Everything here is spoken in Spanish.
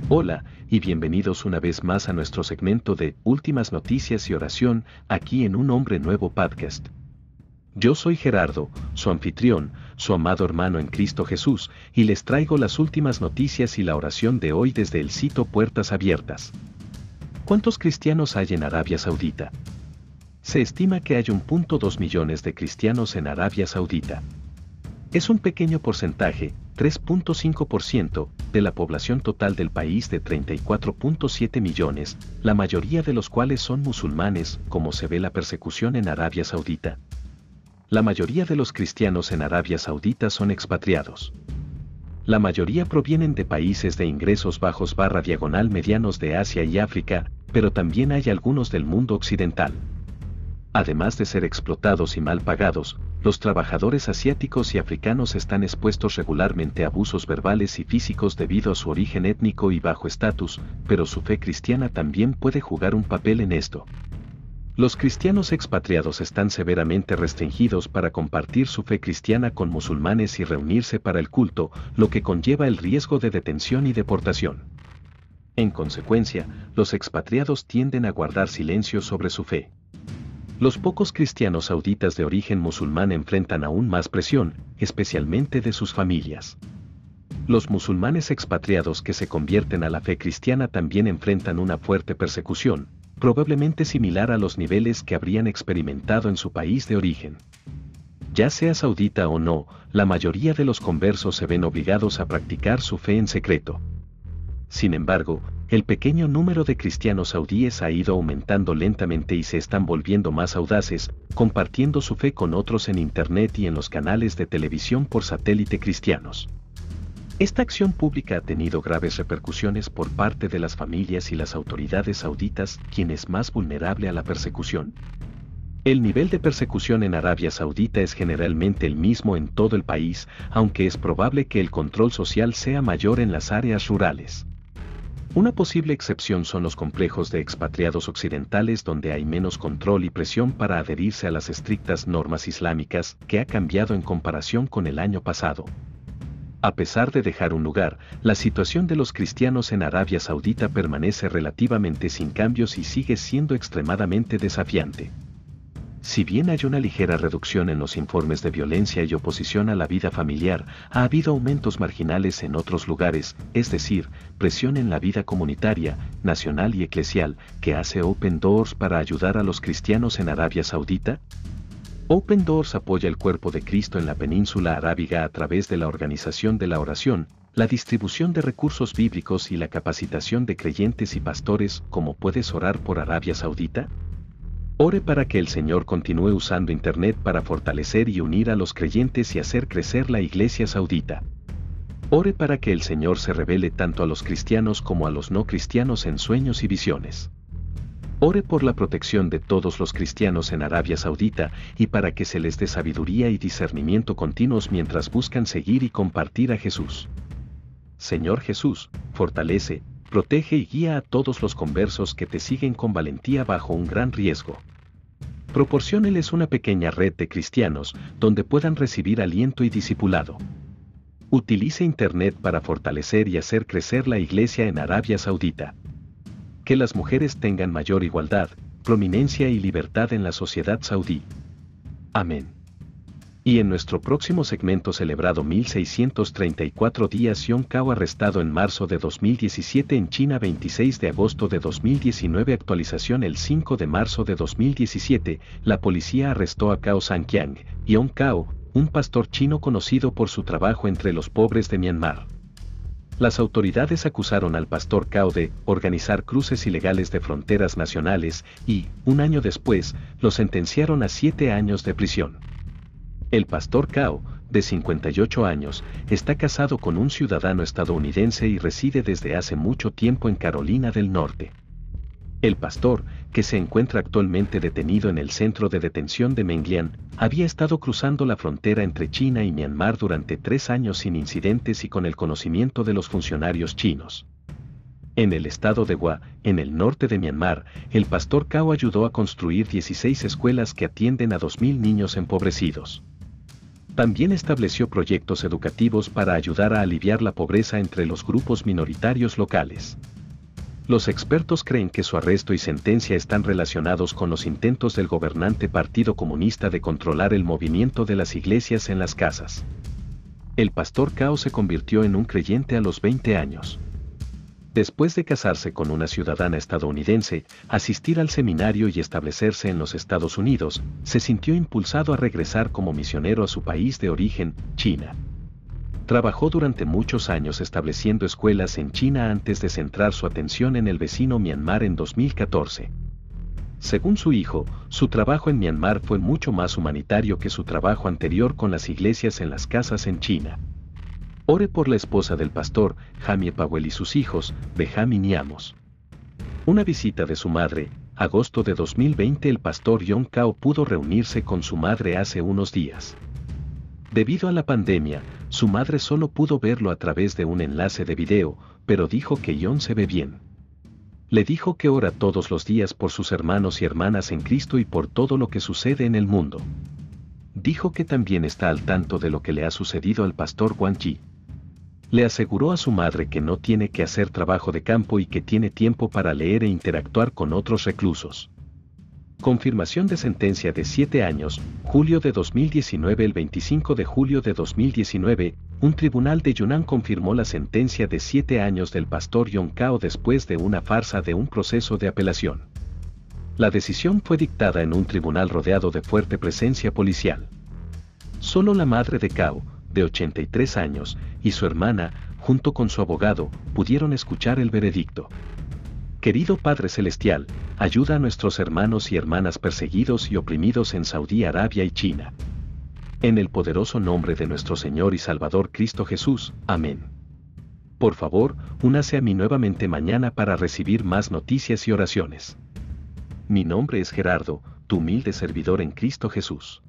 Hola, y bienvenidos una vez más a nuestro segmento de Últimas Noticias y Oración, aquí en Un Hombre Nuevo Podcast. Yo soy Gerardo, su anfitrión, su amado hermano en Cristo Jesús, y les traigo las últimas noticias y la oración de hoy desde el sitio Puertas Abiertas. ¿Cuántos cristianos hay en Arabia Saudita? Se estima que hay 1.2 millones de cristianos en Arabia Saudita. Es un pequeño porcentaje, 3.5%, de la población total del país de 34.7 millones, la mayoría de los cuales son musulmanes, como se ve la persecución en Arabia Saudita. La mayoría de los cristianos en Arabia Saudita son expatriados. La mayoría provienen de países de ingresos bajos / medianos de Asia y África, pero también hay algunos del mundo occidental. Además de ser explotados y mal pagados, los trabajadores asiáticos y africanos están expuestos regularmente a abusos verbales y físicos debido a su origen étnico y bajo estatus, pero su fe cristiana también puede jugar un papel en esto. Los cristianos expatriados están severamente restringidos para compartir su fe cristiana con musulmanes y reunirse para el culto, lo que conlleva el riesgo de detención y deportación. En consecuencia, los expatriados tienden a guardar silencio sobre su fe. Los pocos cristianos sauditas de origen musulmán enfrentan aún más presión, especialmente de sus familias. Los musulmanes expatriados que se convierten a la fe cristiana también enfrentan una fuerte persecución, probablemente similar a los niveles que habrían experimentado en su país de origen. Ya sea saudita o no, la mayoría de los conversos se ven obligados a practicar su fe en secreto. Sin embargo, el pequeño número de cristianos saudíes ha ido aumentando lentamente y se están volviendo más audaces, compartiendo su fe con otros en Internet y en los canales de televisión por satélite cristianos. Esta acción pública ha tenido graves repercusiones por parte de las familias y las autoridades sauditas, quien es más vulnerable a la persecución. El nivel de persecución en Arabia Saudita es generalmente el mismo en todo el país, aunque es probable que el control social sea mayor en las áreas rurales. Una posible excepción son los complejos de expatriados occidentales donde hay menos control y presión para adherirse a las estrictas normas islámicas, que ha cambiado en comparación con el año pasado. A pesar de dejar un lugar, la situación de los cristianos en Arabia Saudita permanece relativamente sin cambios y sigue siendo extremadamente desafiante. Si bien hay una ligera reducción en los informes de violencia y oposición a la vida familiar, ha habido aumentos marginales en otros lugares, es decir, presión en la vida comunitaria, nacional y eclesial, que hace Open Doors para ayudar a los cristianos en Arabia Saudita. Open Doors apoya el cuerpo de Cristo en la península arábiga a través de la organización de la oración, la distribución de recursos bíblicos y la capacitación de creyentes y pastores. ¿Cómo puedes orar por Arabia Saudita? Ore para que el Señor continúe usando Internet para fortalecer y unir a los creyentes y hacer crecer la Iglesia Saudita. Ore para que el Señor se revele tanto a los cristianos como a los no cristianos en sueños y visiones. Ore por la protección de todos los cristianos en Arabia Saudita y para que se les dé sabiduría y discernimiento continuos mientras buscan seguir y compartir a Jesús. Señor Jesús, fortalece, protege y guía a todos los conversos que te siguen con valentía bajo un gran riesgo. Proporcióneles una pequeña red de cristianos donde puedan recibir aliento y discipulado. Utilice Internet para fortalecer y hacer crecer la Iglesia en Arabia Saudita. Que las mujeres tengan mayor igualdad, prominencia y libertad en la sociedad saudí. Amén. Y en nuestro próximo segmento celebrado 1634 días Yom Kippur arrestado en marzo de 2017 en China 26 de agosto de 2019 actualización el 5 de marzo de 2017, la policía arrestó a Cao Zhangqiang, Yong Cao, un pastor chino conocido por su trabajo entre los pobres de Myanmar. Las autoridades acusaron al pastor Cao de organizar cruces ilegales de fronteras nacionales y, un año después, lo sentenciaron a 7 años de prisión. El pastor Cao, de 58 años, está casado con un ciudadano estadounidense y reside desde hace mucho tiempo en Carolina del Norte. El pastor, que se encuentra actualmente detenido en el centro de detención de Menglian, había estado cruzando la frontera entre China y Myanmar durante 3 años sin incidentes y con el conocimiento de los funcionarios chinos. En el estado de Hua, en el norte de Myanmar, el pastor Cao ayudó a construir 16 escuelas que atienden a 2.000 niños empobrecidos. También estableció proyectos educativos para ayudar a aliviar la pobreza entre los grupos minoritarios locales. Los expertos creen que su arresto y sentencia están relacionados con los intentos del gobernante Partido Comunista de controlar el movimiento de las iglesias en las casas. El pastor Cao se convirtió en un creyente a los 20 años. Después de casarse con una ciudadana estadounidense, asistir al seminario y establecerse en los Estados Unidos, se sintió impulsado a regresar como misionero a su país de origen, China. Trabajó durante muchos años estableciendo escuelas en China antes de centrar su atención en el vecino Myanmar en 2014. Según su hijo, su trabajo en Myanmar fue mucho más humanitario que su trabajo anterior con las iglesias en las casas en China. Ore por la esposa del pastor, Jamie Powell, y sus hijos, Benjamin y Amos. Una visita de su madre. Agosto de 2020. El pastor John Cao pudo reunirse con su madre hace unos días. Debido a la pandemia, su madre solo pudo verlo a través de un enlace de video, pero dijo que John se ve bien. Le dijo que ora todos los días por sus hermanos y hermanas en Cristo y por todo lo que sucede en el mundo. Dijo que también está al tanto de lo que le ha sucedido al pastor Wang Yi. Le aseguró a su madre que no tiene que hacer trabajo de campo y que tiene tiempo para leer e interactuar con otros reclusos. Confirmación de sentencia de 7 años, julio de 2019. El 25 de julio de 2019, un tribunal de Yunnan confirmó la sentencia de 7 años del pastor John Cao después de una farsa de un proceso de apelación. La decisión fue dictada en un tribunal rodeado de fuerte presencia policial. Solo la madre de Cao, de 83 años, y su hermana, junto con su abogado, pudieron escuchar el veredicto. Querido Padre Celestial, ayuda a nuestros hermanos y hermanas perseguidos y oprimidos en Saudí Arabia y China. En el poderoso nombre de nuestro Señor y Salvador Cristo Jesús. Amén. Por favor, únase a mí nuevamente mañana para recibir más noticias y oraciones. Mi nombre es Gerardo, tu humilde servidor en Cristo Jesús.